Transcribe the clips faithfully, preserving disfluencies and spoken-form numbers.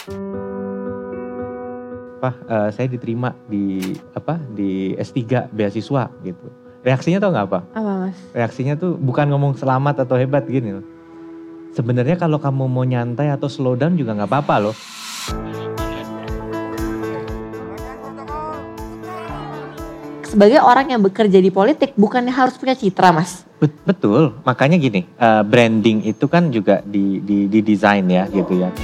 Pak, uh, saya diterima di apa di S tiga beasiswa gitu. Reaksinya tau gak apa? Apa Mas? Reaksinya tuh bukan ngomong selamat atau hebat gini loh. Sebenarnya kalau kamu mau nyantai atau slow down juga gak apa-apa loh. Sebagai orang yang bekerja di politik bukannya harus punya citra Mas? Betul, makanya gini, uh, branding itu kan juga di, di, di desain ya gitu ya.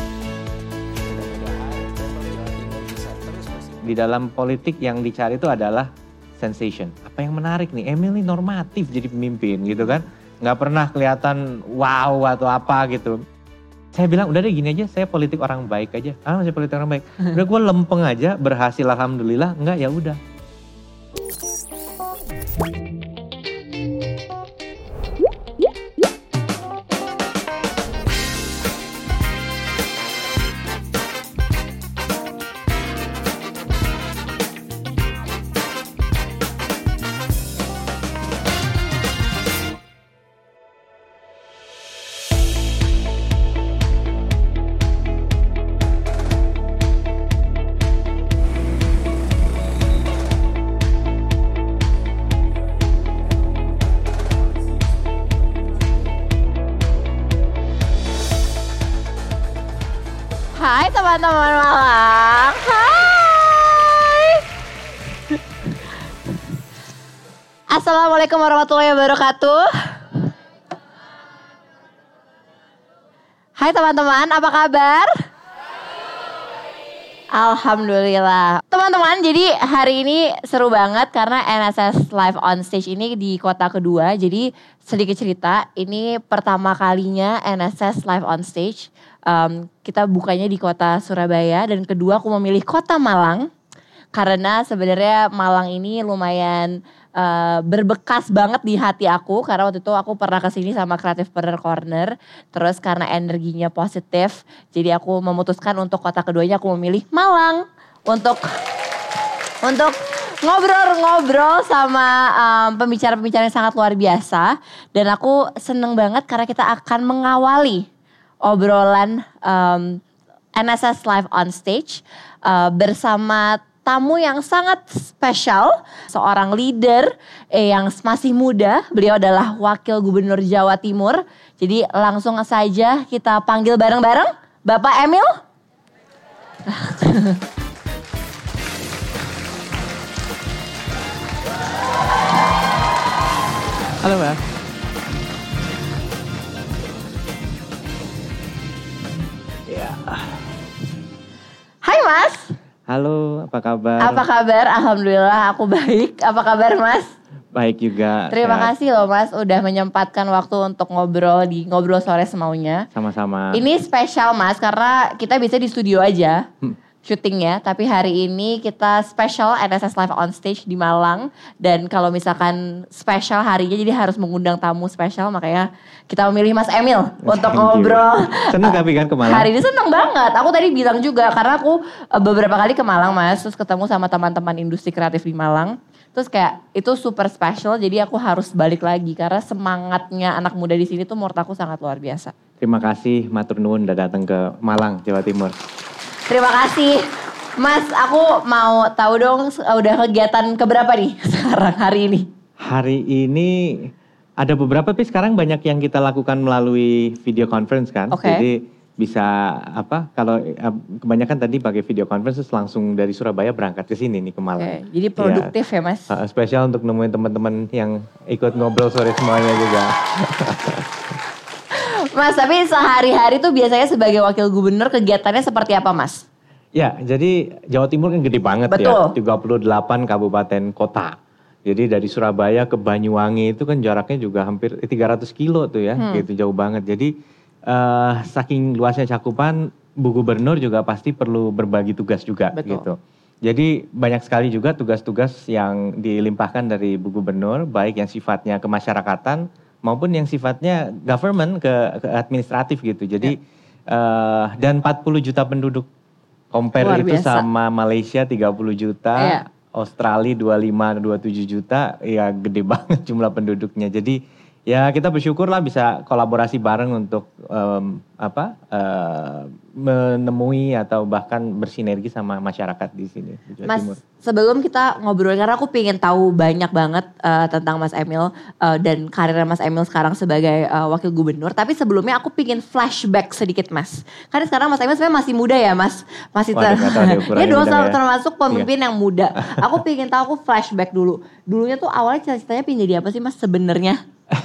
Di dalam politik yang dicari itu adalah sensation. Apa yang menarik nih, Emil nih normatif jadi pemimpin gitu kan. Gak pernah kelihatan wow atau apa gitu. Saya bilang udah deh gini aja, saya politik orang baik aja. Ah masih politik orang baik. Udah gue lempeng aja, berhasil alhamdulillah, enggak ya udah. Hai teman-teman Malang, hai. Assalamualaikum warahmatullahi wabarakatuh. Hai teman-teman, apa kabar? Alhamdulillah. Teman-teman, jadi hari ini seru banget karena N S S Live on Stage ini di kota kedua. Jadi sedikit cerita, ini pertama kalinya N S S Live on Stage. Um, kita bukanya di kota Surabaya dan kedua aku memilih kota Malang. Karena sebenarnya Malang ini lumayan uh, berbekas banget di hati aku. Karena waktu itu aku pernah kesini sama Creative Partner Corner. Terus karena energinya positif. Jadi aku memutuskan untuk kota keduanya aku memilih Malang. Untuk untuk ngobrol-ngobrol sama um, pembicara-pembicara yang sangat luar biasa. Dan aku seneng banget karena kita akan mengawali obrolan um, N S S Live on Stage uh, bersama tamu yang sangat spesial, seorang leader eh, yang masih muda. Beliau adalah Wakil Gubernur Jawa Timur. Jadi langsung saja kita panggil bareng-bareng Bapak Emil. Halo Mbak. Ya. Hai Mas. Halo, apa kabar? Apa kabar? Alhamdulillah aku baik. Apa kabar Mas? Baik juga. Terima sehat. kasih loh Mas udah menyempatkan waktu untuk ngobrol di Ngobrol Sore Semaunya. Sama-sama. Ini spesial Mas karena kita bisa di studio aja. Hmm. Syutingnya, tapi hari ini kita special N S S Live on Stage di Malang. Dan kalau misalkan special harinya jadi harus mengundang tamu special, makanya kita memilih Mas Emil untuk ngobrol. Seneng tapi kan ke Malang? Hari ini seneng banget, aku tadi bilang juga karena aku beberapa kali ke Malang Mas, terus ketemu sama teman-teman industri kreatif di Malang. Terus kayak itu super special, jadi aku harus balik lagi karena semangatnya anak muda di sini tuh menurut aku sangat luar biasa. Terima kasih matur nuwun udah datang ke Malang, Jawa Timur. Terima kasih. Mas, aku mau tahu dong udah kegiatan keberapa nih sekarang hari ini? Hari ini ada beberapa, tapi sekarang banyak yang kita lakukan melalui video conference kan. Okay. Jadi bisa apa, kalau kebanyakan tadi pakai video conference terus langsung dari Surabaya berangkat ke sini nih ke Malang. Okay. Jadi produktif ya, ya Mas? Uh, spesial untuk nemuin teman-teman yang ikut ngobrol sore semuanya juga. Mas, tapi sehari-hari tuh biasanya sebagai wakil gubernur kegiatannya seperti apa Mas? Ya, jadi Jawa Timur kan gede banget. Betul. Ya, tiga puluh delapan kabupaten kota. Jadi dari Surabaya ke Banyuwangi itu kan jaraknya juga hampir tiga ratus kilo tuh ya, hmm. gitu jauh banget. Jadi uh, saking luasnya cakupan, Bu Gubernur juga pasti perlu berbagi tugas juga. Betul. Gitu. Jadi banyak sekali juga tugas-tugas yang dilimpahkan dari Bu Gubernur, baik yang sifatnya kemasyarakatan, maupun yang sifatnya government ke, ke administratif gitu. Jadi ya. uh, dan empat puluh juta penduduk, compare luar itu biasa. Sama Malaysia tiga puluh juta, ya. Australia dua puluh lima dua puluh tujuh juta, ya gede banget jumlah penduduknya. Jadi Ya kita bersyukur lah bisa kolaborasi bareng untuk um, apa uh, menemui atau bahkan bersinergi sama masyarakat di sini di Jawa Mas, Timur. sebelum kita ngobrol karena aku pengen tahu banyak banget uh, tentang Mas Emil uh, dan karir Mas Emil sekarang sebagai uh, wakil gubernur. Tapi sebelumnya aku pengen flashback sedikit Mas. Karena sekarang Mas Emil sebenarnya masih muda ya Mas. Masih ter... Waduh, ya dong ya. termasuk pemimpin iya. yang muda. Aku pengen tahu, aku flashback dulu. Dulunya tuh awalnya cita-citanya pengen jadi apa sih Mas sebenarnya?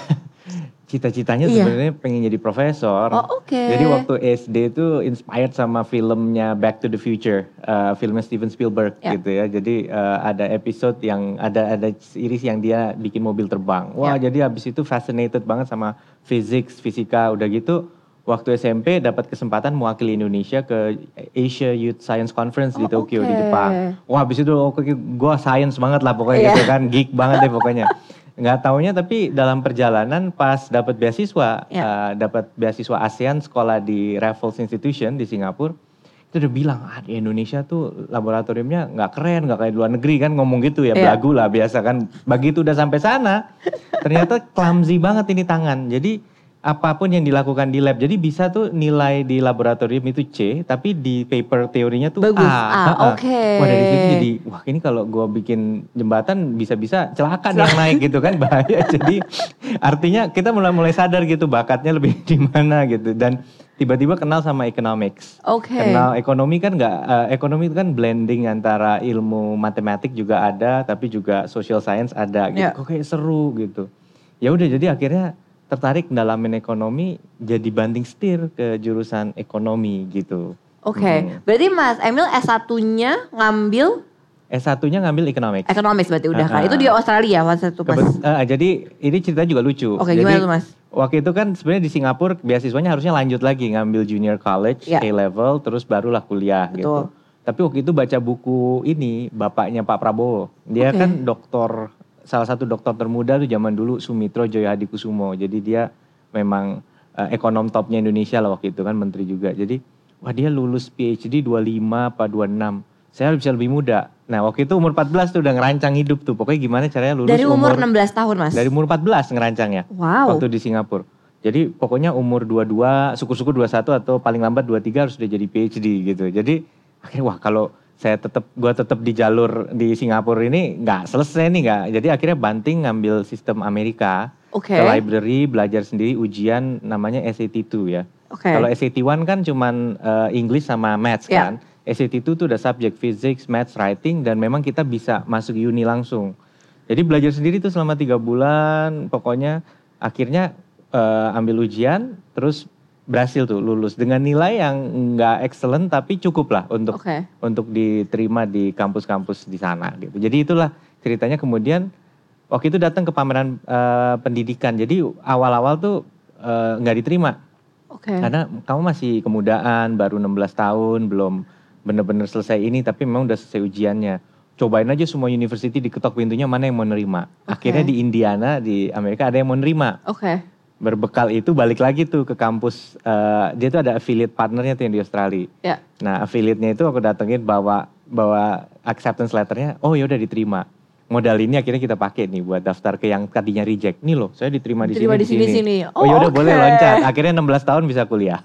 Cita-citanya iya. sebenarnya pengen jadi profesor. Oh, oke. Okay. Jadi waktu S D itu inspired sama filmnya Back to the Future, uh, filmnya Steven Spielberg yeah. gitu ya. Jadi uh, ada episode yang ada ada series yang dia bikin mobil terbang. Wah, yeah. jadi habis itu fascinated banget sama physics, fisika. Udah gitu waktu S M P dapat kesempatan mewakili Indonesia ke Asia Youth Science Conference oh, di Tokyo okay. di Jepang. Wah, habis itu okay, gue science banget lah pokoknya yeah. gitu kan, geek banget deh pokoknya. Nggak taunya tapi dalam perjalanan pas dapat beasiswa, yeah. uh, dapat beasiswa ASEAN sekolah di Raffles Institution di Singapura, itu udah bilang, ah di Indonesia tuh laboratoriumnya nggak keren, nggak kayak di luar negeri kan ngomong gitu ya, yeah. belagu lah biasa kan. Begitu udah sampai sana, ternyata clumsy banget ini tangan. Jadi apapun yang dilakukan di lab, jadi bisa tuh nilai di laboratorium itu C, tapi di paper teorinya tuh bagus. A. Ah, oke. Okay. Wah dari situ jadi, wah ini kalau gue bikin jembatan bisa-bisa celaka nih yang naik gitu kan, bahaya. Jadi artinya kita mulai-mulai sadar gitu bakatnya lebih di mana gitu, dan tiba-tiba kenal sama economics. Oke. Okay. Kenal ekonomi kan nggak, uh, ekonomi itu kan blending antara ilmu matematik juga ada, tapi juga social science ada gitu. Yeah. Kok kayak seru gitu. Ya udah jadi akhirnya tertarik dalamin ekonomi, jadi banding setir ke jurusan ekonomi gitu. Oke, okay. hmm. berarti Mas Emil S satunya ngambil? S satunya ngambil economics. Economics berarti udah uh, kan, itu di Australia waktu itu Mas? Kebet, uh, jadi ini cerita juga lucu. Oke, okay, gimana tuh Mas? Waktu itu kan sebenarnya di Singapura beasiswanya harusnya lanjut lagi, ngambil junior college, yeah. A-level, terus barulah kuliah. Betul. Gitu. Tapi waktu itu baca buku ini, bapaknya Pak Prabowo. Dia okay. kan doktor, salah satu dokter termuda tuh zaman dulu, Sumitro Joyohadikusumo. Jadi dia memang uh, ekonom topnya Indonesia lah waktu itu kan, menteri juga. Jadi wah dia lulus P H D dua puluh lima apa dua puluh enam. Saya bisa lebih muda. Nah waktu itu umur empat belas tuh udah ngerancang hidup tuh. Pokoknya gimana caranya lulus dari umur, umur enam belas tahun Mas? Dari umur empat belas ngerancangnya. Wow. Waktu di Singapura. Jadi pokoknya umur dua puluh dua, syukur-syukur dua puluh satu atau paling lambat dua puluh tiga harus udah jadi P H D gitu. Jadi akhirnya wah kalau saya tetap, gue tetap di jalur di Singapura ini nggak selesai nih nggak. Jadi akhirnya banting ngambil sistem Amerika, okay. ke library belajar sendiri ujian namanya S A T dua ya. Okay. Kalau S A T satu kan cuman uh, English sama Maths yeah. kan. S A T dua tuh udah subjek Physics, Maths, Writing dan memang kita bisa masuk uni langsung. Jadi belajar sendiri tuh selama tiga bulan, pokoknya akhirnya uh, ambil ujian, terus berhasil tuh lulus dengan nilai yang nggak excellent tapi cukup lah untuk okay. untuk diterima di kampus-kampus di sana gitu. Jadi itulah ceritanya. Kemudian waktu itu datang ke pameran uh, pendidikan. Jadi awal-awal tuh uh, nggak diterima okay. karena kamu masih kemudaan, baru enam belas tahun, belum benar-benar selesai ini, tapi memang udah selesai ujiannya. Cobain aja semua university, diketok pintunya mana yang mau nerima. Okay. Akhirnya di Indiana di Amerika ada yang mau nerima. Oke. Okay. Berbekal itu balik lagi tuh ke kampus, uh, dia tuh ada affiliate partnernya tuh yang di Australia. Yeah. Nah affiliate-nya itu aku datengin bawa bawa acceptance letternya, oh ya udah diterima. Modal ini akhirnya kita pakai nih buat daftar ke yang tadinya reject. Nih loh, saya diterima di diterima sini di sini. Di sini. Oh, oh ya udah okay. boleh loncat. Akhirnya enam belas tahun bisa kuliah.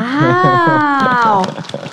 Wow.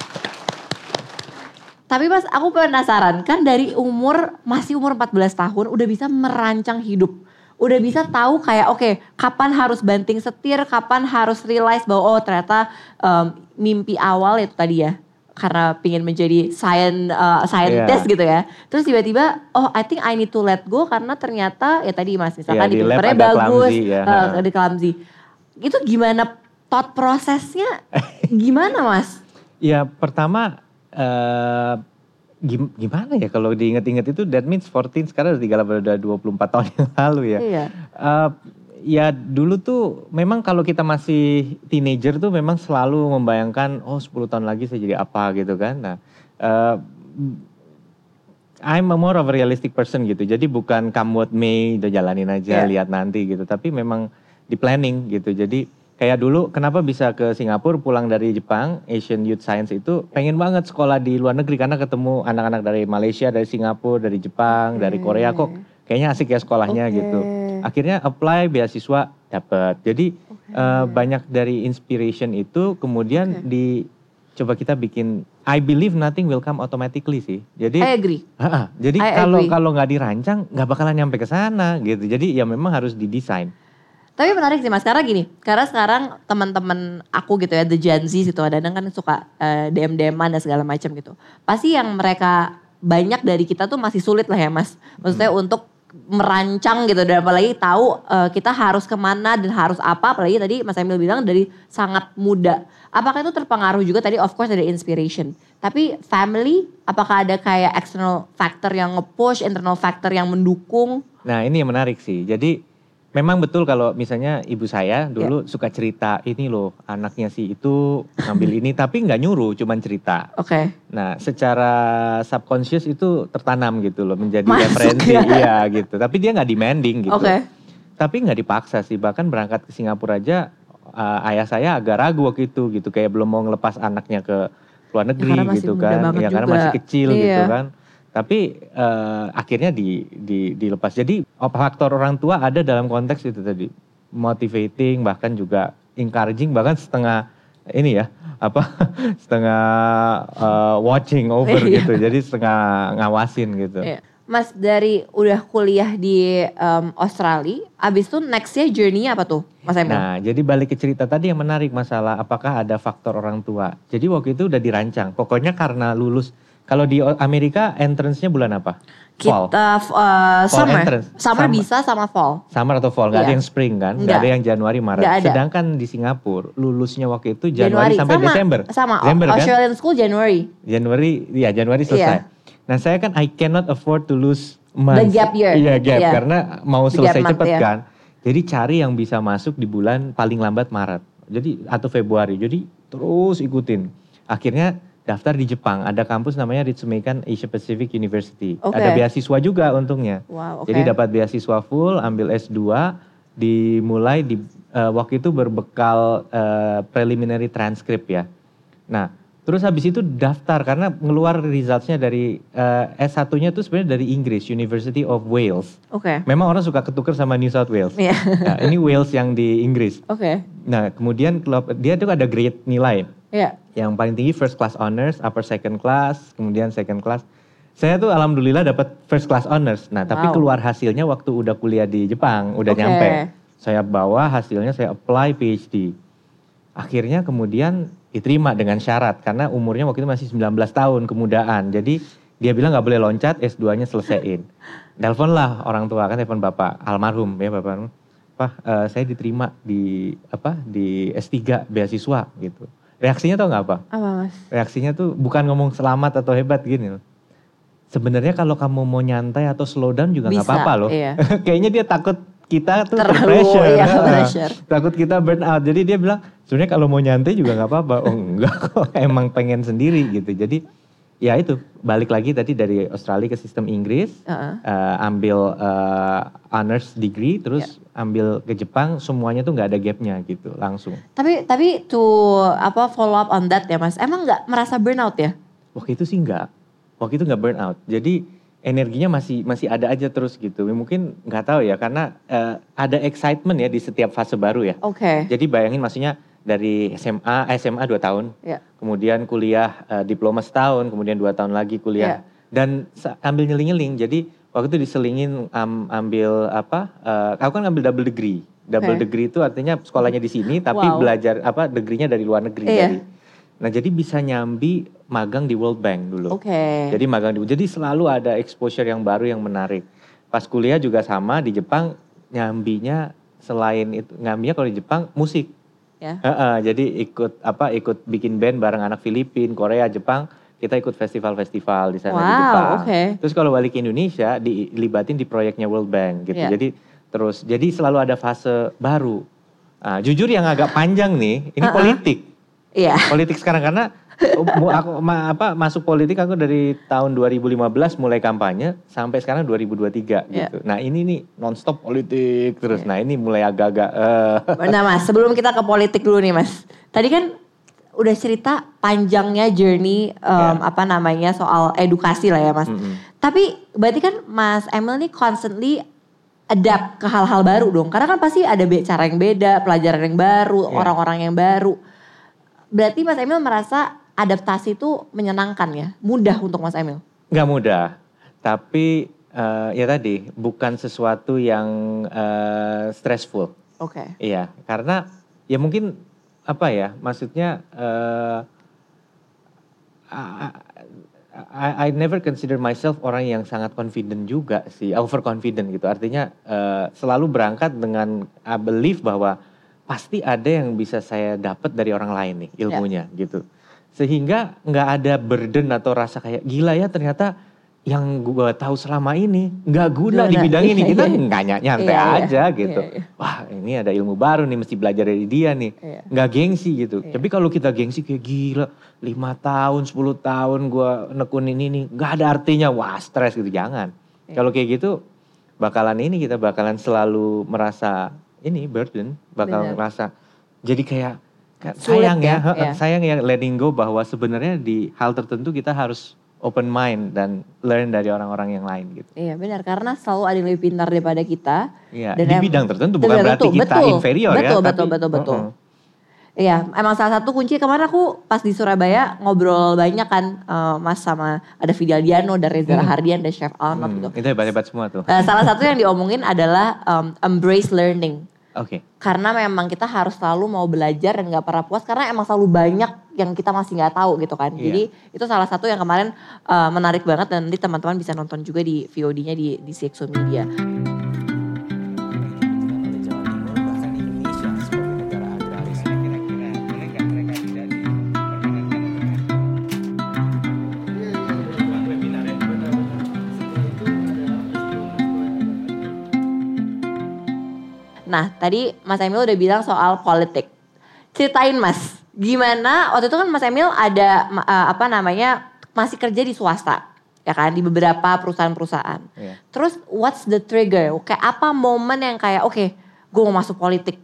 Tapi Mas, aku penasaran kan dari umur masih umur empat belas tahun udah bisa merancang hidup. Udah bisa tahu kayak oke okay, kapan harus banting setir, kapan harus realize bahwa oh ternyata um, mimpi awal itu tadi ya. Karena pingin menjadi science, uh, scientist yeah. gitu ya. Terus tiba-tiba oh I think I need to let go karena ternyata ya tadi Mas misalkan yeah, di papernya bagus, clumsy, ya. uh, di clumsy. Itu gimana thought prosesnya gimana Mas? Ya pertama uh, gimana ya kalau diinget-inget itu that means fourteen sekarang udah dua puluh empat tahun yang lalu ya. Iya. Uh, ya dulu tuh memang kalau kita masih teenager tuh memang selalu membayangkan oh sepuluh tahun lagi saya jadi apa gitu kan. Nah uh, I'm a more of a realistic person gitu. Jadi bukan come what may, udah jalanin aja, yeah. lihat nanti gitu. Tapi memang di planning gitu. Jadi kayak dulu kenapa bisa ke Singapura pulang dari Jepang, Asian Youth Science itu pengen banget sekolah di luar negeri karena ketemu anak-anak dari Malaysia, dari Singapura, dari Jepang, okay. dari Korea kok kayaknya asik ya sekolahnya okay. gitu. Akhirnya apply beasiswa dapat. Jadi okay. uh, banyak dari inspiration itu kemudian okay. di coba kita bikin. I believe nothing will come automatically sih. Jadi I agree. Uh, uh, jadi kalau kalau nggak dirancang nggak bakalan nyampe ke sana gitu. Jadi ya memang harus didesain. Tapi menarik sih Mas, karena gini, karena sekarang teman-teman aku gitu ya, the Gen Z gitu, kadang kan suka uh, D M-D M-an dan segala macam gitu. Pasti yang mereka banyak dari kita tuh masih sulit lah ya Mas. Maksudnya hmm. untuk merancang gitu, dan apalagi tahu uh, kita harus kemana dan harus apa, apalagi tadi Mas Emil bilang dari sangat muda. Apakah itu terpengaruh juga tadi of course dari inspiration. Tapi family, apakah ada kayak external factor yang nge-push, internal factor yang mendukung? Nah ini yang menarik sih, jadi memang betul kalau misalnya ibu saya dulu yeah. suka cerita ini loh anaknya sih itu ngambil ini tapi nggak nyuruh cuman cerita. Oke. Okay. Nah secara subconscious itu tertanam gitu loh menjadi Masuk referensi ya. Iya gitu. Tapi dia nggak demanding gitu. Oke. Okay. Tapi nggak dipaksa sih, bahkan berangkat ke Singapura aja uh, ayah saya agak ragu waktu itu gitu, kayak belum mau ngelepas anaknya ke luar negeri ya, gitu kan. Ya karena masih kecil iya. gitu kan. Tapi uh, akhirnya di, di, dilepas. Jadi faktor orang tua ada dalam konteks itu tadi. Motivating, bahkan juga encouraging, bahkan setengah ini ya. apa setengah uh, watching over gitu. Jadi setengah ngawasin gitu. Mas dari udah kuliah di um, Australia, abis itu nextnya journey-nya apa tuh Mas Emil? Nah jadi balik ke cerita tadi yang menarik masalah apakah ada faktor orang tua. Jadi waktu itu udah dirancang. Pokoknya karena lulus. Kalau di Amerika entrance-nya bulan apa? Fall. Kita uh, fall summer. Entrance. Summer. Summer bisa sama fall. Summer atau fall, gak yeah. ada yang spring kan? Gak, gak ada yang Januari, Maret. Sedangkan di Singapura lulusnya waktu itu Januari, Januari. sampai sama, Desember. Sama, Desember, Australian kan? School Januari. Januari, ya Januari selesai. Yeah. Nah saya kan I cannot afford to lose months. The gap year. Iya gap, yeah. karena mau The selesai cepet yeah. kan. Jadi cari yang bisa masuk di bulan paling lambat Maret. Jadi atau Februari, jadi terus ikutin. Akhirnya daftar di Jepang, ada kampus namanya Ritsumeikan Asia Pacific University. Okay. Ada beasiswa juga untungnya. Wow, okay. Jadi dapat beasiswa full, ambil S dua, dimulai di uh, waktu itu berbekal uh, preliminary transcript ya. Nah, terus habis itu daftar karena ngeluar resultsnya dari uh, S satunya tuh sebenarnya dari Inggris, University of Wales. Oke. Okay. Memang orang suka ketukar sama New South Wales. Yeah. Nah, ini Wales yang di Inggris. Oke. Okay. Nah, kemudian dia tuh ada grade nilai. Iya. Yang paling tinggi first class honors, upper second class, kemudian second class. Saya tuh alhamdulillah dapat first class honors. Nah, tapi wow. keluar hasilnya waktu udah kuliah di Jepang, udah okay. nyampe. Saya bawa hasilnya, saya apply P H D. Akhirnya kemudian diterima dengan syarat karena umurnya waktu itu masih sembilan belas tahun, kemudaan. Jadi dia bilang nggak boleh loncat, S dua-nya selesaiin. Telepon lah orang tua, kan telepon bapak almarhum ya bapak. Pak, uh, saya diterima di apa di S tiga beasiswa gitu. Reaksinya tau gak apa? Apa Mas? Reaksinya tuh bukan ngomong selamat atau hebat gini loh. Sebenarnya kalau kamu mau nyantai atau slow down juga gak apa-apa loh. Iya. Kayaknya dia takut kita tuh terpressure. Iya, pressure. Takut kita burn out. Jadi dia bilang sebenarnya kalau mau nyantai juga gak apa-apa. Oh enggak kok, emang pengen sendiri gitu. Jadi ya itu balik lagi tadi dari Australia ke sistem Inggris. Uh-uh. uh, ambil uh, honors degree terus yeah. ambil ke Jepang, semuanya tuh nggak ada gapnya gitu langsung. Tapi tapi to apa follow up on that ya Mas, emang nggak merasa burnout ya? Waktu itu sih nggak, waktu itu nggak burnout. Jadi energinya masih masih ada aja terus gitu. Mungkin nggak tahu ya karena uh, ada excitement ya di setiap fase baru ya. Oke. Okay. Jadi bayangin maksudnya dari S M A, S M A dua tahun, yeah. kemudian kuliah uh, diploma setahun, kemudian dua tahun lagi kuliah. Yeah. Dan ambil nyeling-nyeling, jadi waktu itu diselingin um, ambil apa, uh, aku kan ngambil double degree. Double okay. degree itu artinya sekolahnya di sini, tapi wow. belajar apa degree-nya dari luar negeri. Yeah. Dari. Nah jadi bisa nyambi magang di World Bank dulu. Oke. Okay. Jadi magang di, jadi selalu ada exposure yang baru yang menarik. Pas kuliah juga sama di Jepang, nyambinya selain itu, ngambilnya kalau di Jepang musik. Ya. Uh, uh, jadi ikut apa ikut bikin band bareng anak Filipina, Korea, Jepang, kita ikut festival-festival di sana wow, di Jepang. Okay. Terus kalau balik ke Indonesia dilibatin di proyeknya World Bank gitu. Yeah. Jadi terus jadi selalu ada fase baru. Uh, jujur yang agak panjang nih, ini uh-uh. politik. Iya. Yeah. Politik sekarang karena aku ma, apa masuk politik aku dari tahun dua ribu lima belas mulai kampanye sampai sekarang dua ribu dua puluh tiga yeah. gitu. Nah, ini nih nonstop politik terus. Yeah. Nah, ini mulai agak-agak uh. Nah, Mas, sebelum kita ke politik dulu nih, Mas. Tadi kan udah cerita panjangnya journey um, yeah. apa namanya soal edukasi lah ya, Mas. Mm-hmm. Tapi berarti kan Mas Emil nih constantly adapt ke hal-hal baru dong. Karena kan pasti ada cara yang beda, pelajaran yang baru, yeah. orang-orang yang baru. Berarti Mas Emil merasa adaptasi itu menyenangkan ya? Mudah untuk Mas Emil? Gak mudah, tapi uh, ya tadi bukan sesuatu yang uh, stressful. Oke. Okay. Iya, karena ya mungkin apa ya, maksudnya uh, I, I never consider myself orang yang sangat confident juga sih, overconfident gitu. Artinya uh, selalu berangkat dengan I believe bahwa pasti ada yang bisa saya dapat dari orang lain nih ilmunya yeah. gitu. Sehingga nggak ada burden atau rasa kayak gila ya ternyata yang gue tahu selama ini nggak guna, guna di bidang iya, ini. Kita iya, nggak iya. nyantai iya, aja iya, gitu. Iya, iya. Wah ini ada ilmu baru nih mesti belajar dari dia nih. Iya. Nggak gengsi gitu. Iya. Tapi kalau kita gengsi kayak gila lima tahun, sepuluh tahun gue nekunin ini nggak ada artinya. Wah stres gitu, jangan. Iya. Kalau kayak gitu bakalan ini kita bakalan selalu merasa ini burden. Bakal merasa jadi kayak sayang ya, ya, sayang ya letting go bahwa sebenarnya di hal tertentu kita harus open mind dan learn dari orang-orang yang lain gitu. Iya benar, karena selalu ada yang lebih pintar daripada kita. Iya, dan di bidang tertentu bukan betul, berarti kita betul, inferior betul, ya. Betul, betul, betul, betul. Iya, uh-uh. emang salah satu kunci kemarin aku pas di Surabaya ngobrol banyak kan uh, Mas sama ada Fidel Diano, dan Reza hmm. Hardian, dan Chef Alnot hmm. gitu. Itu hebat-hebat semua tuh. Uh, salah satu yang diomongin adalah um, embrace learning. Oke. Okay. Karena memang kita harus selalu mau belajar dan gak pernah puas karena emang selalu banyak yang kita masih gak tahu gitu kan. Yeah. Jadi itu salah satu yang kemarin uh, menarik banget dan nanti teman-teman bisa nonton juga di V O D-nya di, di C X O Media. Nah tadi Mas Emil udah bilang soal politik. Ceritain Mas, gimana waktu itu kan Mas Emil ada uh, apa namanya masih kerja di swasta ya kan, di beberapa perusahaan-perusahaan. Yeah. Terus what's the trigger? Kayak apa momen yang kayak oke okay, gue mau masuk politik?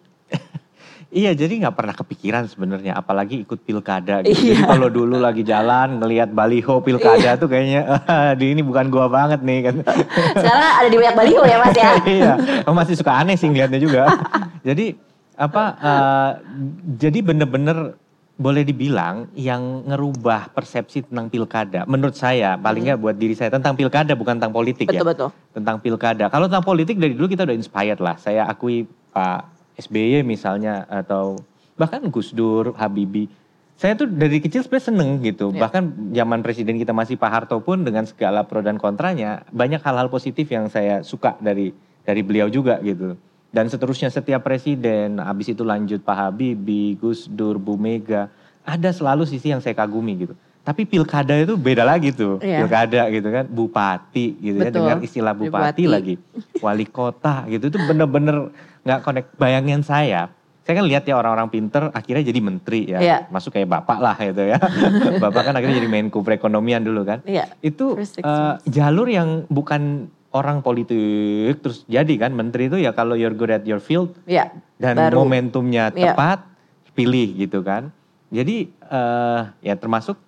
Iya, jadi nggak pernah kepikiran sebenarnya, apalagi ikut pilkada gitu. Iya. Jadi kalau dulu lagi jalan ngelihat baliho pilkada iya. tuh kayaknya ah, di ini bukan gua banget nih kan. Sekarang ada di banyak baliho ya Mas ya. Iya, masih suka aneh sih ngeliatnya juga. Jadi apa? Uh, jadi bener-bener boleh dibilang yang ngerubah persepsi tentang pilkada. Menurut saya, paling nggak hmm. buat diri saya tentang pilkada bukan tentang politik betul, ya. Betul-betul. Tentang pilkada. Kalau tentang politik dari dulu kita udah inspired lah. Saya akui Pak S B Y misalnya atau bahkan Gus Dur, Habibie. Saya tuh dari kecil sebenarnya seneng gitu. Ya. Bahkan zaman presiden kita masih Pak Harto pun dengan segala pro dan kontranya banyak hal-hal positif yang saya suka dari dari beliau juga gitu. Dan seterusnya setiap presiden, habis itu lanjut Pak Habibie, Gus Dur, Bu Mega, ada selalu sisi yang saya kagumi gitu. Tapi pilkada itu beda lagi tuh, ya. Pilkada gitu kan, bupati gitu. Betul. Ya, dengar istilah bupati, bupati lagi, wali kota gitu, itu bener-bener gak connect. Bayangin saya, saya kan lihat ya orang-orang pinter akhirnya jadi menteri ya, ya. Masuk kayak bapak lah gitu ya. Bapak kan akhirnya jadi Menko Perekonomian dulu kan. Ya. Itu uh, jalur yang bukan orang politik terus jadi kan, menteri itu ya kalau you're good at your field ya. Dan baru. Momentumnya tepat, ya. Pilih gitu kan. Jadi uh, ya termasuk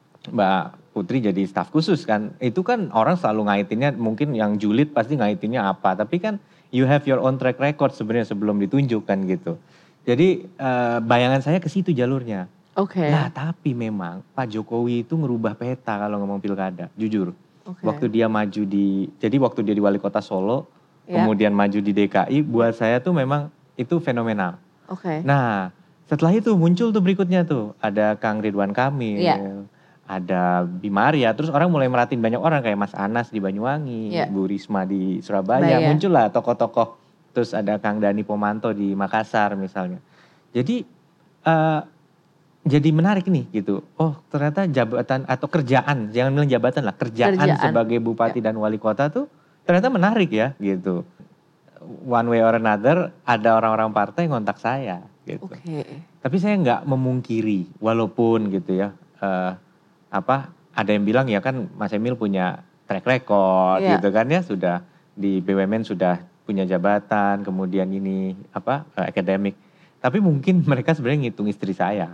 Mbak Putri jadi staf khusus kan, itu kan orang selalu ngaitinnya, mungkin yang julid pasti ngaitinnya apa, tapi kan you have your own track record sebenarnya sebelum ditunjuk kan gitu. Jadi uh, bayangan saya ke situ jalurnya. Oke. Okay. Nah tapi memang Pak Jokowi itu ngerubah peta kalau ngomong pilkada, jujur. Okay. Waktu dia maju di, jadi waktu dia di wali kota Solo, yeah. kemudian maju di D K I, buat saya tuh memang itu fenomenal. Oke. Okay. Nah setelah itu muncul tuh berikutnya tuh, ada Kang Ridwan Kamil. Yeah. Ada Bimaria, terus orang mulai merhatiin banyak orang kayak Mas Anas di Banyuwangi, yeah. Bu Risma di Surabaya, Baya. Muncul lah tokoh-tokoh. Terus ada Kang Dani Pomanto di Makassar misalnya. Jadi uh, jadi menarik nih gitu. Oh ternyata jabatan atau kerjaan, jangan bilang jabatan lah, kerjaan, kerjaan. sebagai bupati yeah. dan wali kota tuh ternyata menarik ya gitu. One way or another ada orang-orang partai ngontak saya gitu. Okay. Tapi saya nggak memungkiri walaupun gitu ya. Uh, apa ada yang bilang ya kan Mas Emil punya track record yeah. gitu kan ya, sudah di B U M N sudah punya jabatan, kemudian ini apa uh, akademik. Tapi mungkin mereka sebenarnya ngitung istri saya.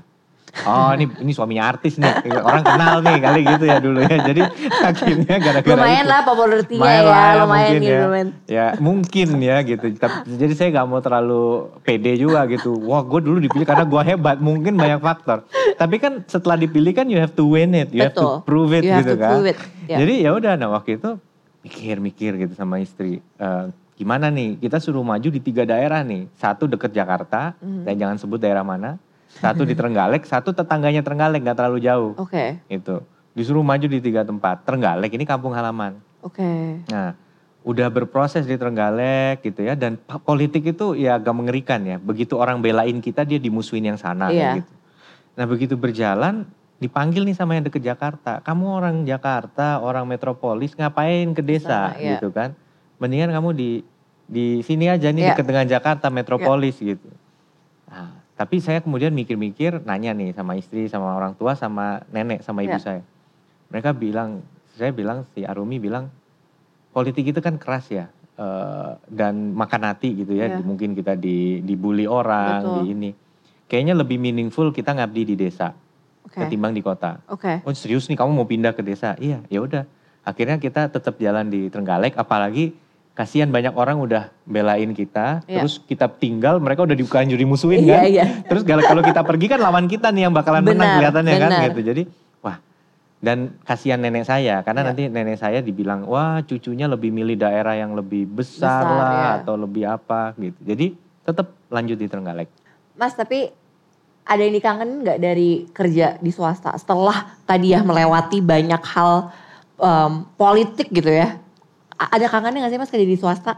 Oh ini ini suaminya artis nih, orang kenal nih kali gitu ya dulu ya. Jadi akhirnya gara-gara lumayan itu. lah popularitinya Lumayan ya, lah ya, lumayan mungkin gitu. ya. lumayan. Ya mungkin ya gitu. Tapi, jadi saya gak mau terlalu pede juga gitu. Wah gue dulu dipilih karena gue hebat. Mungkin banyak faktor. Tapi kan setelah dipilih kan you have to win it. You Betul. have to prove it You have gitu to kan. prove it. Yeah. Jadi ya udah nah waktu itu mikir-mikir gitu sama istri. Uh, gimana nih kita suruh maju di tiga daerah nih. Satu deket Jakarta mm-hmm. dan jangan sebut daerah mana. Satu di Trenggalek, satu tetangganya Trenggalek gak terlalu jauh. Oke. Okay. Itu disuruh maju di tiga tempat. Trenggalek ini kampung halaman. Oke. Okay. Nah udah berproses di Trenggalek gitu ya. Dan politik itu ya agak mengerikan ya. Begitu orang belain kita dia dimusuhin yang sana yeah. gitu. Nah begitu berjalan dipanggil nih sama yang deket Jakarta. Kamu orang Jakarta, orang metropolis ngapain ke desa nah, gitu yeah. kan. Mendingan kamu di di sini aja nih yeah. deket dengan Jakarta metropolis yeah. gitu. Nah, tapi saya kemudian mikir-mikir nanya nih sama istri, sama orang tua, sama nenek, sama ibu yeah. saya. Mereka bilang, saya bilang si Arumi bilang politik itu kan keras ya. Uh, dan makan hati gitu ya. Yeah. Mungkin kita di, dibully orang, Betul. di ini. Kayaknya lebih meaningful kita ngabdi di desa. Okay. Ketimbang di kota. Okay. Oh serius nih kamu mau pindah ke desa? Iya, ya udah. Akhirnya kita tetap jalan di Trenggalek, apalagi kasihan banyak orang udah belain kita, yeah. terus kita tinggal mereka udah dikanjur dimusuhin kan. Yeah, yeah. Terus kalau kita pergi kan lawan kita nih yang bakalan benar, menang kelihatannya kan gitu. Jadi wah, dan kasihan nenek saya karena yeah. nanti nenek saya dibilang wah cucunya lebih milih daerah yang lebih besar, besar lah yeah. atau lebih apa gitu. Jadi tetap lanjut di Trenggalek. Mas tapi ada yang dikangen gak dari kerja di swasta setelah tadi ya melewati banyak hal um, politik gitu ya? Ada kangennya gak sih Mas kerja di swasta?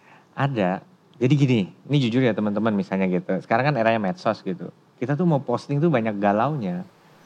Ada. Jadi gini, ini jujur ya teman-teman misalnya gitu. Sekarang kan eranya medsos gitu. Kita tuh mau posting tuh banyak galaunya.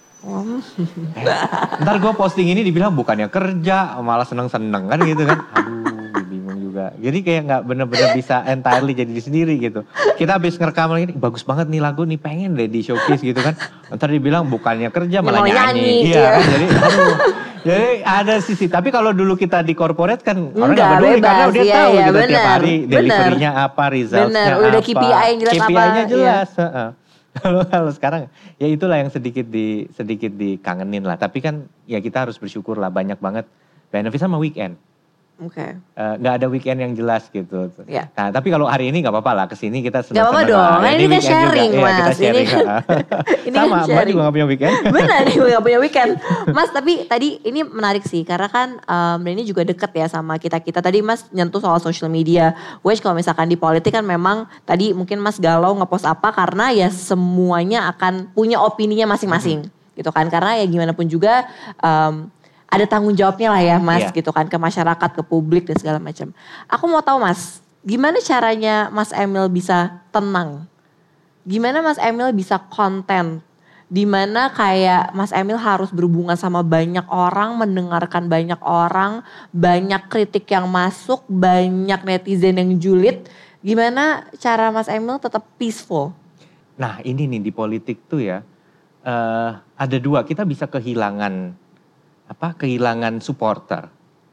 Oh. Eh, ntar gue posting ini dibilang bukannya kerja, malah seneng-seneng kan gitu kan. Aduh bingung juga. Jadi kayak gak bener-bener bisa entirely jadi diri sendiri gitu. Kita habis ngerekam lagi, bagus banget nih lagu nih, pengen deh di showcase gitu kan. Ntar dibilang bukannya kerja malah nyanyi. nyanyi. Iya ya. kan jadi aduh. Jadi ada sisi, tapi kalau dulu kita di corporate kan orang gak peduli karena dia iya, tahu iya, gitu bener, tiap hari delivery-nya apa, results-nya apa. Udah K P I yang jelas K P I-nya apa. K P I-nya jelas. Iya. Kalau kalau sekarang ya itulah yang sedikit di sedikit dikangenin lah. Tapi kan ya kita harus bersyukur lah banyak banget benefit sama weekend. Oke. Okay. Uh, gak ada weekend yang jelas gitu. Ya. Nah tapi kalau hari ini gak apa-apa lah kesini kita senang-senang. Gak apa-apa dong, lah. ini kita sharing juga. Mas. Ya, kita sharing. Ini, ini sama, Mbak juga gak punya weekend. Benar nih gue gak punya weekend. Mas tapi tadi ini menarik sih karena kan um, ini juga deket ya sama kita-kita. Tadi Mas nyentuh soal social media. Which kalau misalkan di politik kan memang tadi mungkin Mas galau ngepost apa karena ya semuanya akan punya opininya masing-masing. Hmm. Gitu kan, karena ya gimana pun juga... Um, ada tanggung jawabnya lah ya Mas yeah. gitu kan ke masyarakat, ke publik dan segala macam. Aku mau tahu Mas, gimana caranya Mas Emil bisa tenang? Gimana Mas Emil bisa konten? Dimana kayak Mas Emil harus berhubungan sama banyak orang, mendengarkan banyak orang, banyak kritik yang masuk, banyak netizen yang julid. Gimana cara Mas Emil tetap peaceful? Nah ini nih di politik tuh ya, uh, ada dua, kita bisa kehilangan apa kehilangan supporter,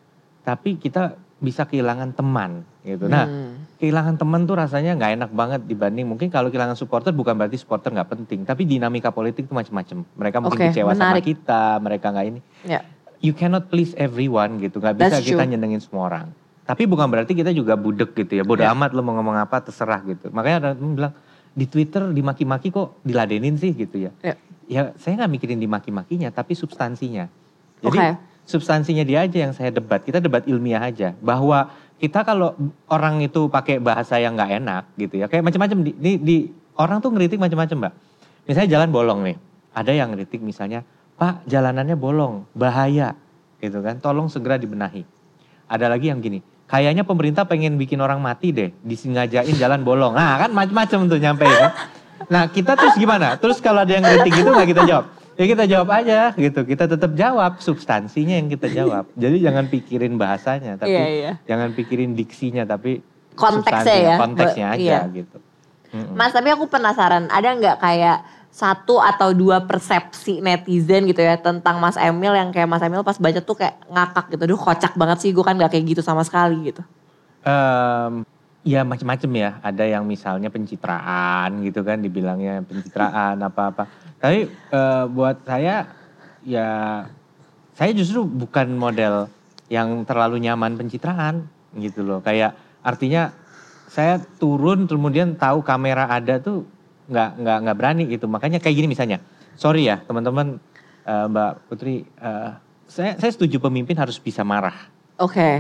tapi kita bisa kehilangan teman gitu. Nah hmm. kehilangan teman tuh rasanya nggak enak banget dibanding mungkin kalau kehilangan supporter bukan berarti supporter nggak penting, tapi dinamika politik itu macam-macam. Mereka mungkin okay, kecewa menarik. sama kita, mereka nggak ini. Yeah. You cannot please everyone gitu, nggak bisa That's kita true. nyenengin semua orang. Tapi bukan berarti kita juga budek gitu ya, bodo yeah. amat lo mau ngomong apa terserah gitu. Makanya ada yang bilang di Twitter dimaki-maki kok diladenin sih gitu ya. Yeah. Ya saya nggak mikirin dimaki-makinya, tapi substansinya. Jadi okay. substansinya dia aja yang saya debat. Kita debat ilmiah aja. Bahwa kita kalau orang itu pakai bahasa yang gak enak gitu ya. Kayak macam-macam. Di, di, di, orang tuh ngeritik macam-macam Mbak. Misalnya jalan bolong nih. Ada yang ngeritik misalnya, Pak jalanannya bolong, bahaya gitu kan. Tolong segera dibenahi. Ada lagi yang gini, kayaknya pemerintah pengen bikin orang mati deh. Disengajain jalan bolong. Nah kan macam-macam tuh nyampe kan. Nah kita terus gimana? Terus kalau ada yang ngeritik gitu gak kita jawab? Ya kita jawab aja gitu, kita tetap jawab substansinya yang kita jawab. Jadi jangan pikirin bahasanya, tapi yeah, yeah. jangan pikirin diksinya, tapi konteksnya ya, konteksnya aja iya. gitu. Mm-mm. Mas tapi aku penasaran, ada nggak kayak satu atau dua persepsi netizen gitu ya tentang Mas Emil yang kayak Mas Emil pas baca tuh kayak ngakak gitu, aduh kocak banget sih, gue kan nggak kayak gitu sama sekali gitu. Um, Ya macam-macam ya, ada yang misalnya pencitraan gitu kan, dibilangnya pencitraan apa-apa. Tapi uh, buat saya ya, saya justru bukan model yang terlalu nyaman pencitraan gitu loh. Kayak artinya saya turun kemudian tahu kamera ada tuh nggak nggak nggak berani gitu. Makanya kayak gini misalnya, sorry ya teman-teman, uh, Mbak Putri, uh, saya saya setuju pemimpin harus bisa marah. Oke. Okay.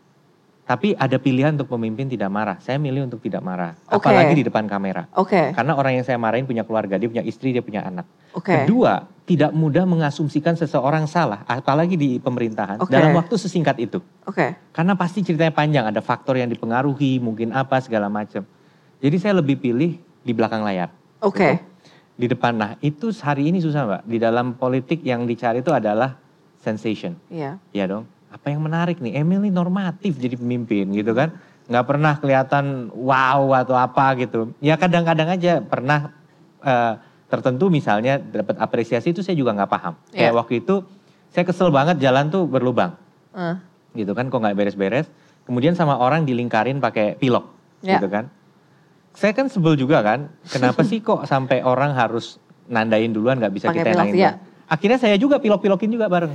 Tapi ada pilihan untuk pemimpin tidak marah. Saya milih untuk tidak marah. Okay. Apalagi di depan kamera. Oke. Okay. Karena orang yang saya marahin punya keluarga, dia punya istri, dia punya anak. Oke. Okay. Kedua, tidak mudah mengasumsikan seseorang salah, apalagi di pemerintahan, okay, dalam waktu sesingkat itu. Oke. Okay. Karena pasti ceritanya panjang, ada faktor yang dipengaruhi, mungkin apa segala macam. Jadi saya lebih pilih di belakang layar. Oke. Okay. Di depan. Nah, itu hari ini susah, Mbak. Di dalam politik yang dicari itu adalah sensation. Iya. Iya dong. Apa yang menarik nih, Emil nih normatif jadi pemimpin gitu kan. Nggak pernah kelihatan wow atau apa gitu. Ya kadang-kadang aja pernah uh, tertentu misalnya dapat apresiasi itu saya juga nggak paham. Yeah. Kayak waktu itu saya kesel banget jalan tuh berlubang. Uh. Gitu kan, kok nggak beres-beres. Kemudian sama orang dilingkarin pakai pilok yeah, gitu kan. Saya kan sebel juga kan, kenapa sih kok sampai orang harus nandain duluan nggak bisa pake kita nangin. Ya. Akhirnya saya juga pilok-pilokin juga bareng.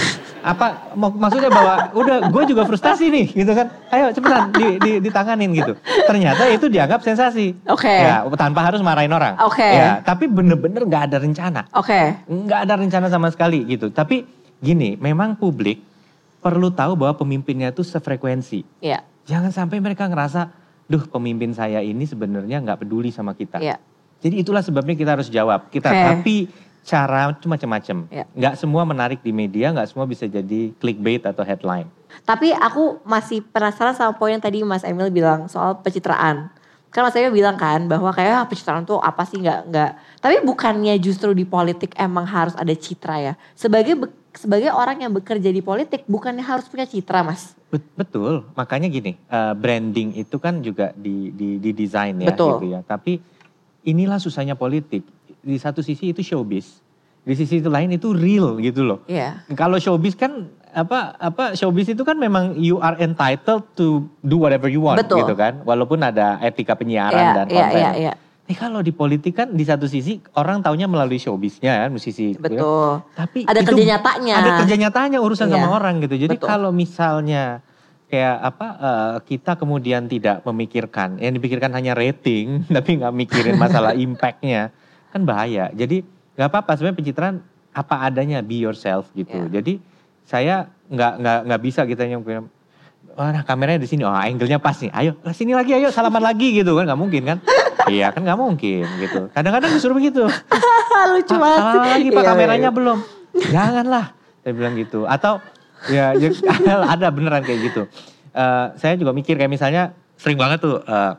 Apa maksudnya bahwa udah gue juga frustasi nih gitu kan, ayo cepetan di, di, ditanganin gitu. Ternyata itu dianggap sensasi. Oke. Okay. Ya tanpa harus marahin orang. Oke. Okay. Ya tapi bener-bener nggak ada rencana. Oke. Okay. Nggak ada rencana sama sekali gitu. Tapi gini, memang publik perlu tahu bahwa pemimpinnya itu sefrekuensi. Iya. Yeah. Jangan sampai mereka ngerasa, duh pemimpin saya ini sebenarnya nggak peduli sama kita. Iya. Yeah. Jadi itulah sebabnya kita harus jawab. Kita okay, tapi cara macam-macam. Ya. Nggak semua menarik di media, nggak semua bisa jadi clickbait atau headline. Tapi aku masih penasaran sama poin yang tadi Mas Emil bilang soal pencitraan. Kan Mas Emil bilang kan bahwa kayak ah, pencitraan tuh apa sih, nggak nggak. Tapi bukannya justru di politik emang harus ada citra ya? Sebagai sebagai orang yang bekerja di politik bukannya harus punya citra, Mas? Betul, makanya gini, uh, branding itu kan juga di di, di desain ya. Betul. Gitu ya. Tapi inilah susahnya politik. Di satu sisi itu showbiz, di sisi itu lain itu real gitu loh. Iya. Yeah. Kalau showbiz kan apa apa showbiz itu kan memang you are entitled to do whatever you want. Betul. Gitu kan, walaupun ada etika penyiaran yeah, dan konten. Yeah, yeah, yeah. Eh kalau di politik kan di satu sisi orang taunya melalui showbiznya kan, musisi. Betul. Ya. Tapi ada kerja nyatanya. Ada kerja nyatanya urusan yeah, sama orang gitu. Jadi betul, kalau misalnya kayak apa uh, kita kemudian tidak memikirkan, yang dipikirkan hanya rating, tapi nggak mikirin masalah impactnya. Kan bahaya. Jadi nggak apa-apa sebenarnya pencitraan apa adanya, be yourself gitu. Yeah. Jadi saya nggak nggak nggak bisa kita yang wah nah, kameranya di sini, oh angle-nya pas nih, ayo ke sini lagi, ayo salaman lagi gitu kan, nggak mungkin kan? Iya kan nggak mungkin gitu. Kadang-kadang disuruh begitu. Lucu banget. Salaman lagi pak, kameranya belum. Janganlah, saya bilang gitu. Atau ya, ya ada beneran kayak gitu. Uh, saya juga mikir kayak misalnya sering banget tuh uh,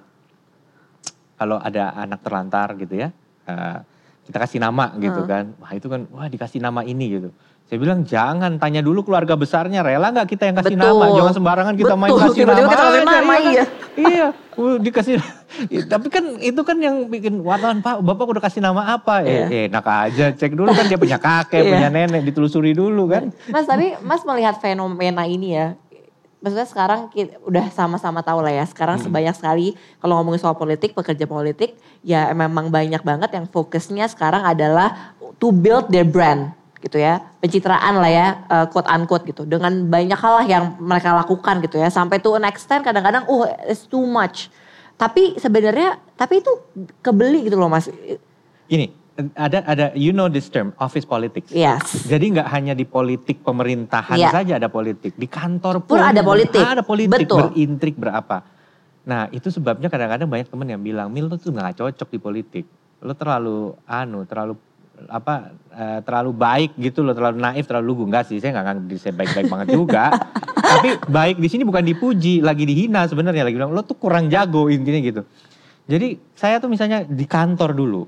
kalau ada anak terlantar gitu ya. Uh, kita kasih nama gitu hmm, kan, wah itu kan, wah dikasih nama ini gitu. Saya bilang jangan, tanya dulu keluarga besarnya, rela nggak kita yang kasih betul, nama, jangan sembarangan kita betul, main kasih nama. Betul, kita nama iya. Iya, iya uh, dikasih, tapi kan itu kan yang bikin wartawan, Pak Bapak udah kasih nama apa? Yeah. Eh enak aja, cek dulu kan dia punya kakek, yeah, punya nenek, ditelusuri dulu kan. Mas tapi Mas melihat fenomena ini ya, maksudnya sekarang kita udah sama-sama tahu lah ya, sekarang hmm, sebanyak sekali kalau ngomongin soal politik, pekerja politik, ya memang banyak banget yang fokusnya sekarang adalah to build their brand gitu ya. Pencitraan lah ya, uh, quote unquote gitu. Dengan banyak hal lah yang mereka lakukan gitu ya. Sampai to an extent kadang-kadang, oh it's too much. Tapi sebenarnya, tapi itu kebeli gitu loh Mas. Gini, ada ada you know this term office politics. Yes. Jadi nggak hanya di politik pemerintahan yeah, saja ada politik, di kantor pun, pun ada politik. Ada politik, betul, berintrik berapa. Nah itu sebabnya kadang-kadang banyak teman yang bilang, Mil tuh nggak cocok di politik, lo terlalu anu, terlalu apa, uh, terlalu baik gitu lo, terlalu naif, terlalu lugu. Enggak sih, saya nggak nganggap diri saya baik-baik banget juga. Tapi baik di sini bukan dipuji, lagi dihina sebenarnya, lagi bilang lo tuh kurang jago intinya gitu. Jadi saya tuh misalnya di kantor dulu.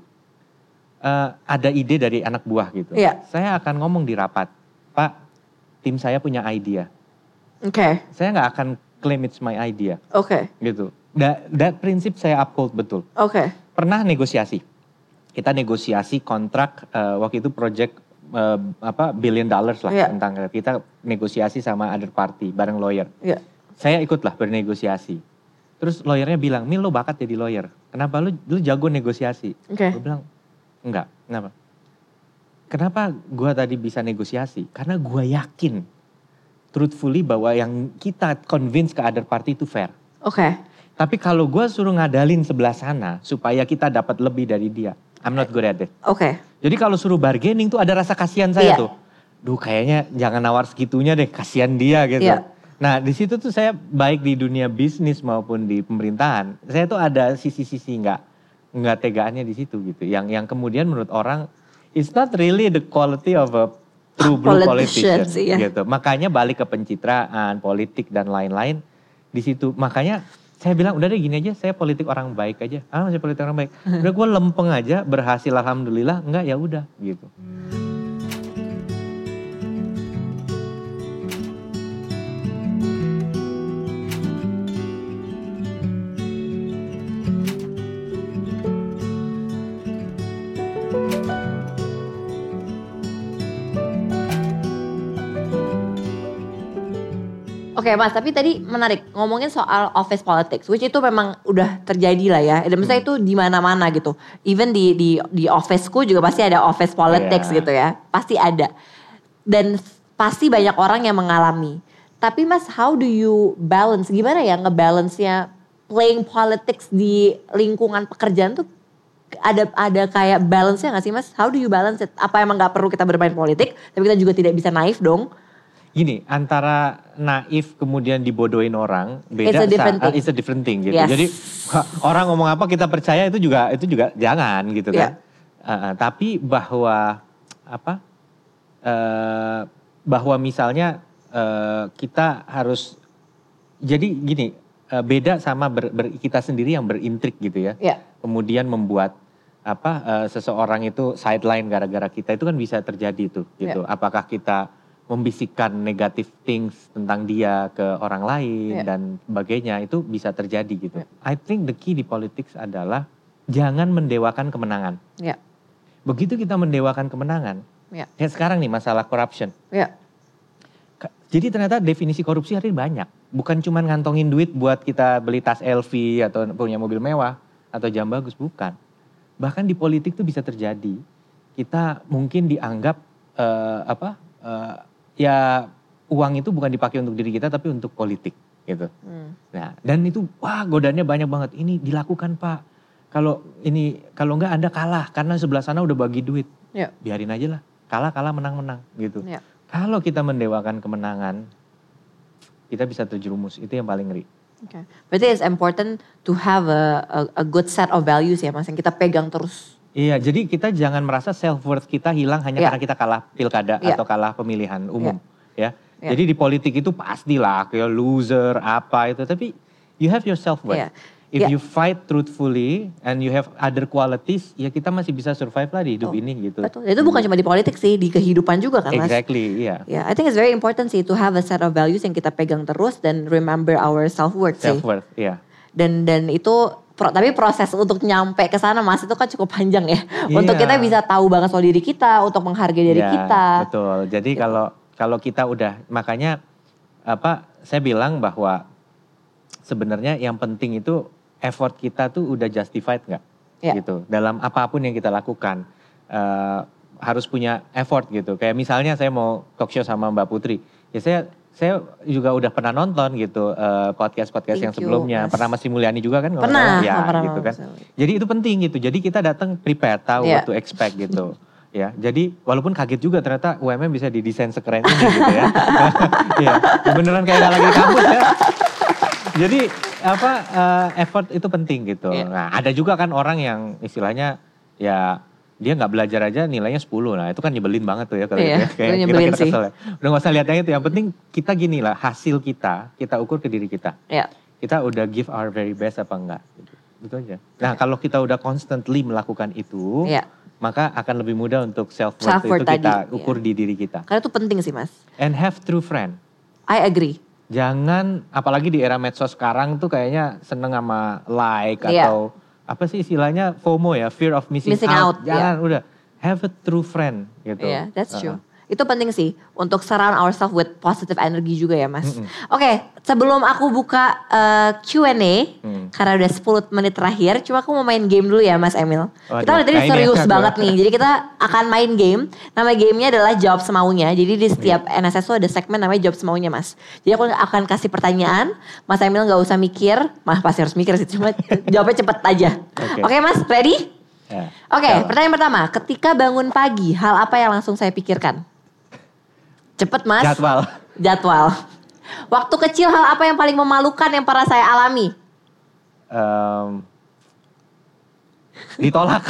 Uh, ada ide dari anak buah gitu. Iya. Saya akan ngomong di rapat, Pak, tim saya punya idea. Oke. Okay. Saya nggak akan claim it's my idea. Oke. Okay. Gitu. That, that prinsip saya uphold betul. Oke. Okay. Pernah negosiasi. Kita negosiasi kontrak uh, waktu itu project uh, apa billion dollars lah, yeah, tentang kita negosiasi sama other party bareng lawyer. Yeah. Saya ikutlah bernegosiasi. Terus lawyernya bilang, Mil lo bakat jadi lawyer. Kenapa lu, lu jago negosiasi? Oke. Gue bilang, enggak. Kenapa? Kenapa gue tadi bisa negosiasi? Karena gue yakin, truthfully bahwa yang kita convince ke other party itu fair. Oke. Okay. Tapi kalau gue suruh ngadalin sebelah sana, supaya kita dapat lebih dari dia, I'm not good at it. Oke. Okay. Jadi kalau suruh bargaining tuh ada rasa kasihan saya yeah. tuh. Duh kayaknya jangan nawar segitunya deh, kasihan dia gitu. Yeah. Nah di situ tuh saya baik di dunia bisnis maupun di pemerintahan, saya tuh ada sisi-sisi nggak nggak tegaannya di situ gitu. Yang yang kemudian menurut orang, it's not really the quality of a true blue politician iya. gitu. Makanya balik ke pencitraan, politik dan lain-lain di situ. Makanya saya bilang udah deh gini aja, saya politik orang baik aja. Ah masih politik orang baik. Udah gue lempeng aja, berhasil alhamdulillah, enggak ya udah gitu. Oke okay, Mas, tapi tadi menarik ngomongin soal office politics, which itu memang udah terjadi lah ya. Dan misalnya itu di mana-mana gitu. Even di di di officeku juga pasti ada office politics yeah. gitu ya, pasti ada. Dan pasti banyak orang yang mengalami. Tapi Mas, how do you balance? Gimana ya ngebalance-nya playing politics di lingkungan pekerjaan tuh? Ada ada kayak balance-nya nggak sih Mas? How do you balance it? Apa emang nggak perlu kita bermain politik, tapi kita juga tidak bisa naif dong? Gini, antara naif kemudian dibodohin orang, beda. It's a different thing. It's a different thing gitu. Yes. Jadi orang ngomong apa kita percaya itu juga itu juga jangan gitu kan. Yeah. Uh, uh, tapi bahwa apa? Uh, bahwa misalnya uh, kita harus jadi gini, uh, beda sama ber, ber, kita sendiri yang berintrik gitu ya. Yeah. Kemudian membuat apa uh, seseorang itu sideline gara-gara kita, itu kan bisa terjadi tuh gitu. Yeah. Apakah kita membisikkan negative things tentang dia ke orang lain yeah. dan sebagainya, itu bisa terjadi gitu. Yeah. I think the key di politics adalah jangan mendewakan kemenangan. Yeah. Begitu kita mendewakan kemenangan, yeah. kayak sekarang nih masalah corruption. Yeah. Jadi ternyata definisi korupsi hari ini banyak. Bukan cuma ngantongin duit buat kita beli tas L V atau punya mobil mewah atau jam bagus, bukan. Bahkan di politik tuh bisa terjadi. Kita mungkin dianggap uh, apa? Uh, ya uang itu bukan dipakai untuk diri kita tapi untuk politik gitu. Hmm. Nah, dan itu wah godaannya banyak banget. Ini dilakukan Pak. Kalau ini kalau enggak Anda kalah karena sebelah sana udah bagi duit. Ya. Biarin aja lah. Kalah kalah menang menang gitu. Ya. Kalau kita mendewakan kemenangan, kita bisa terjerumus. Itu yang paling ngeri. Okay. Berarti it's important to have a, a a good set of values ya Mas yang kita pegang terus. Iya, jadi kita jangan merasa self worth kita hilang hanya yeah. karena kita kalah pilkada yeah. atau kalah pemilihan umum, yeah. ya. Yeah. Jadi di politik itu pastilah kayak loser apa itu, tapi you have your self worth. Yeah. If yeah. you fight truthfully and you have other qualities, ya kita masih bisa survive lah di hidup oh, ini gitu. Betul. Itu bukan cuma di politik sih, di kehidupan juga kan Mas. Exactly, iya. Yeah. yeah, I think it's very important sih to have a set of values yang kita pegang terus dan remember our self worth sih. Self worth, iya. Dan dan itu Pro, tapi proses untuk nyampe ke sana Mas itu kan cukup panjang ya. Yeah. Untuk kita bisa tahu banget soal diri kita, untuk menghargai diri yeah, kita. Betul. Jadi gitu. kalau kalau kita udah, makanya apa saya bilang bahwa sebenarnya yang penting itu effort kita tuh udah justified nggak, yeah. gitu. Dalam apapun yang kita lakukan uh, harus punya effort gitu. Kayak misalnya saya mau talk show sama Mbak Putri, ya saya Saya juga udah pernah nonton gitu uh, podcast-podcast Thank yang sebelumnya. You, pernah Mas Sri Mulyani juga kan? Pernah. Ya, pernah gitu kan. Jadi itu penting gitu. Jadi kita datang prepare, tahu yeah. what to expect gitu. Ya, jadi walaupun kaget juga ternyata U M M bisa didesain sekeren ini gitu ya. Iya, beneran kayak gak lagi di kampus ya. Jadi apa uh, effort itu penting gitu. Yeah. Nah, ada juga kan orang yang istilahnya ya dia nggak belajar aja nilainya sepuluh. Nah itu kan nyebelin banget tuh ya kalau iya, gitu ya. Kayak kita, kita kesel ya. Udah gak usah lihat yang itu. Yang penting kita gini lah, hasil kita, kita ukur ke diri kita. Iya. Kita udah give our very best apa enggak. Gitu, gitu aja. Nah kalau kita udah constantly melakukan itu, iya. maka akan lebih mudah untuk self-worth, self-worth itu kita tadi, ukur iya. di diri kita. Karena itu penting sih Mas. And have true friend. I agree. Jangan, apalagi di era medsos sekarang tuh kayaknya seneng sama like iya. atau apa sih istilahnya FOMO ya, fear of missing, missing out. out. Jangan yeah. udah have a true friend gitu. Yeah, that's true. Uh-huh. Itu penting sih untuk surround ourselves with positive energy juga ya Mas. Mm-mm. Oke, okay, sebelum aku buka uh, Q and A, mm. karena udah sepuluh menit terakhir, cuma aku mau main game dulu ya Mas Emil. Waduh, kita udah tadi nah serius ya, banget nih, jadi kita akan main game. Nama gamenya adalah jawab semaunya. Jadi di setiap yeah. N S S tuh ada segmen namanya jawab semaunya Mas. Jadi aku akan kasih pertanyaan, Mas Emil gak usah mikir, Mas pasti harus mikir sih, cuma jawabnya cepet aja. Oke okay. okay, Mas, ready? Yeah. Oke, okay, pertanyaan pertama, ketika bangun pagi, hal apa yang langsung saya pikirkan? Cepet Mas. Jadwal. Jadwal. Waktu kecil hal apa yang paling memalukan yang pernah saya alami? Um, ditolak.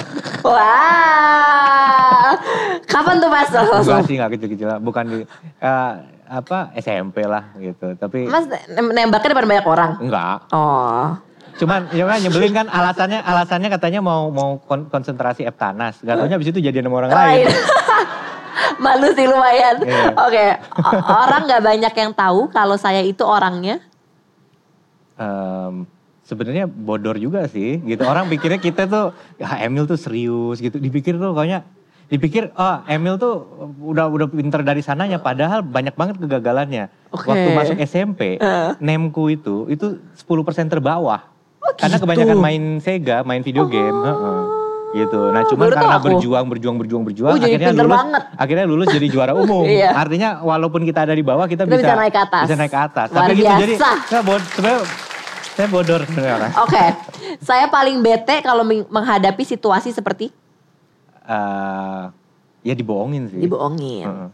Wah. Kapan tuh Mas? Enggak sih, gak kecil-kecil. Bukan di uh, apa S M P lah gitu. Tapi Mas nembaknya depan banyak orang? Enggak. Oh. Cuman ya kan nyebelin kan alasannya alasannya katanya mau mau konsentrasi Eptanas. Gak taunya abis itu jadian sama orang lain. Malu sih lumayan. Yeah. Oke, okay. Orang nggak banyak yang tahu kalau saya itu orangnya. Um, Sebenarnya bodor juga sih, gitu. Orang pikirnya kita tuh, ya Emil tuh serius gitu. Dipikir tuh kayaknya, dipikir oh Emil tuh udah udah pinter dari sananya. Padahal banyak banget kegagalannya. Okay. Waktu masuk S M P, uh. nemku itu itu sepuluh persen terbawah. Oh, karena gitu? Kebanyakan main Sega, main video game. Oh. Uh-uh. Gitu. Nah cuma karena berjuang, berjuang, berjuang, berjuang, oh, akhirnya lulus, banget. akhirnya lulus jadi juara umum. Iya. Artinya walaupun kita ada di bawah, kita, kita bisa, bisa naik ke atas. Bisa naik ke atas. Luar Tapi biasa. gitu jadi, nah, bod, sebenarnya saya bodor sebenarnya. Oke, okay. Saya paling bete kalau menghadapi situasi seperti? Uh, ya dibohongin sih. Dibohongin. Uh-uh.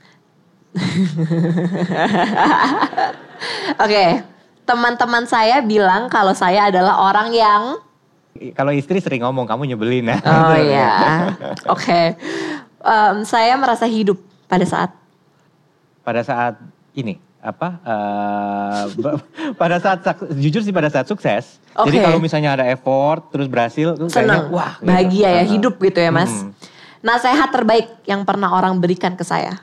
Oke, okay. Teman-teman saya bilang kalau saya adalah orang yang kalau istri sering ngomong, kamu nyebelin ya. Oh iya, oke. Okay. Um, saya merasa hidup pada saat? Pada saat ini, apa? Uh, pada saat, jujur sih pada saat sukses. Okay. Jadi kalau misalnya ada effort, terus berhasil. Seneng, wah, bahagia gitu. ya, hidup gitu ya Mas. Hmm. Nasihat terbaik yang pernah orang berikan ke saya?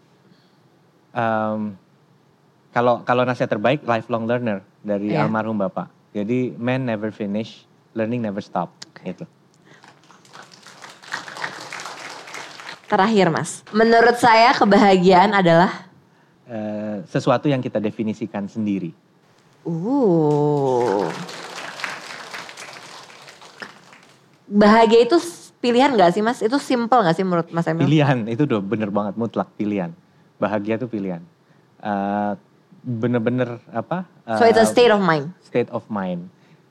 Um, kalau kalau nasihat terbaik, lifelong learner dari yeah. almarhum Bapak. Jadi, man never finish. Learning never stop, gitu. Terakhir Mas, menurut saya kebahagiaan adalah? Uh, sesuatu yang kita definisikan sendiri. Uh. Bahagia itu pilihan gak sih Mas? Itu simple gak sih menurut Mas Emil? Pilihan, itu udah bener banget, mutlak pilihan. Bahagia itu pilihan. Uh, bener-bener apa? Uh, so it's a state of mind? State of mind.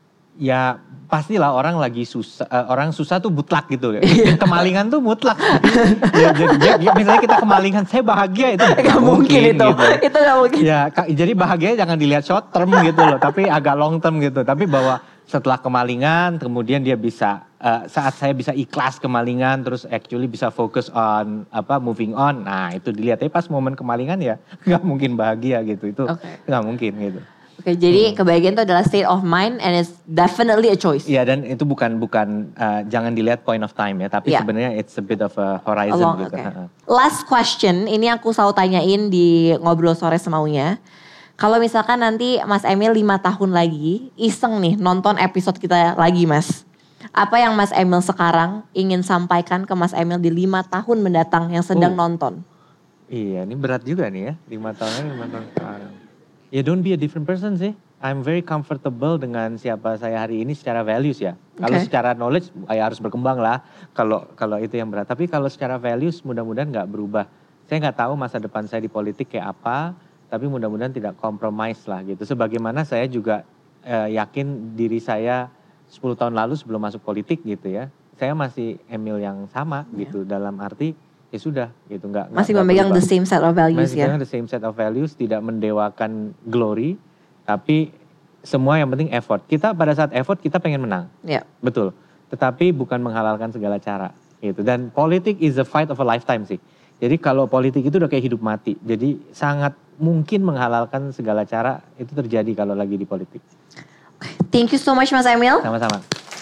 Ya pastilah orang lagi susah, uh, orang susah tuh mutlak gitu. Kemalingan tuh mutlak. ya, jadi, ya, misalnya kita kemalingan, saya bahagia itu gak mungkin, mungkin itu. Gitu. Itu gak mungkin. Ya, jadi bahagia jangan dilihat short term gitu loh, tapi agak long term gitu. Tapi bahwa setelah kemalingan, kemudian dia bisa uh, saat saya bisa ikhlas kemalingan, terus actually bisa fokus on apa moving on. Nah itu dilihat. Tapi pas momen kemalingan ya nggak mungkin bahagia gitu. Itu nggak okay. mungkin gitu. Oke, okay, jadi hmm. kebahagiaan itu adalah state of mind and it's definitely a choice. Iya, dan itu bukan bukan uh, jangan dilihat point of time ya, tapi yeah. sebenarnya it's a bit of a horizon Along, gitu. Okay. Last question, ini aku selalu tanyain di ngobrol sore semaunya. Kalau misalkan nanti Mas Emil lima tahun lagi iseng nih nonton episode kita lagi Mas. Apa yang Mas Emil sekarang ingin sampaikan ke Mas Emil di lima tahun mendatang yang sedang oh. nonton? Iya, ini berat juga nih ya, lima tahun lima tahun sekarang. Ya don't be a different person sih. I'm very comfortable dengan siapa saya hari ini secara values ya. Okay. Kalau secara knowledge ya harus berkembang lah. Kalau kalau itu yang berat. Tapi kalau secara values mudah-mudahan nggak berubah. Saya nggak tahu masa depan saya di politik kayak apa. Tapi mudah-mudahan tidak compromise lah gitu. Sebagaimana saya juga eh, yakin diri saya sepuluh tahun lalu sebelum masuk politik gitu ya. Saya masih Emil yang sama yeah. gitu. Dalam arti ya sudah gitu, nggak masih memegang the same set of values masih ya. Masih the same set of values, tidak mendewakan glory, tapi semua yang penting effort. Kita pada saat effort kita pengen menang, ya. Betul. Tetapi bukan menghalalkan segala cara, gitu. Dan politik is a fight of a lifetime sih. Jadi kalau politik itu udah kayak hidup mati, jadi sangat mungkin menghalalkan segala cara itu terjadi kalau lagi di politik. Thank you so much Mas Emil. Sama-sama.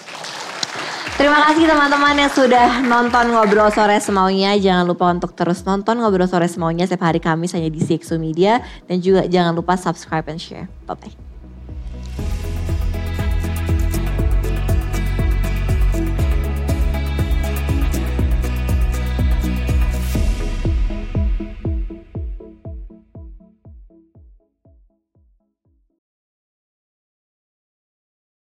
Terima kasih teman-teman yang sudah nonton Ngobrol Sore Semaunya. Jangan lupa untuk terus nonton Ngobrol Sore Semaunya setiap hari Kamis hanya di C X O Media. Dan juga jangan lupa subscribe and share. Bye-bye.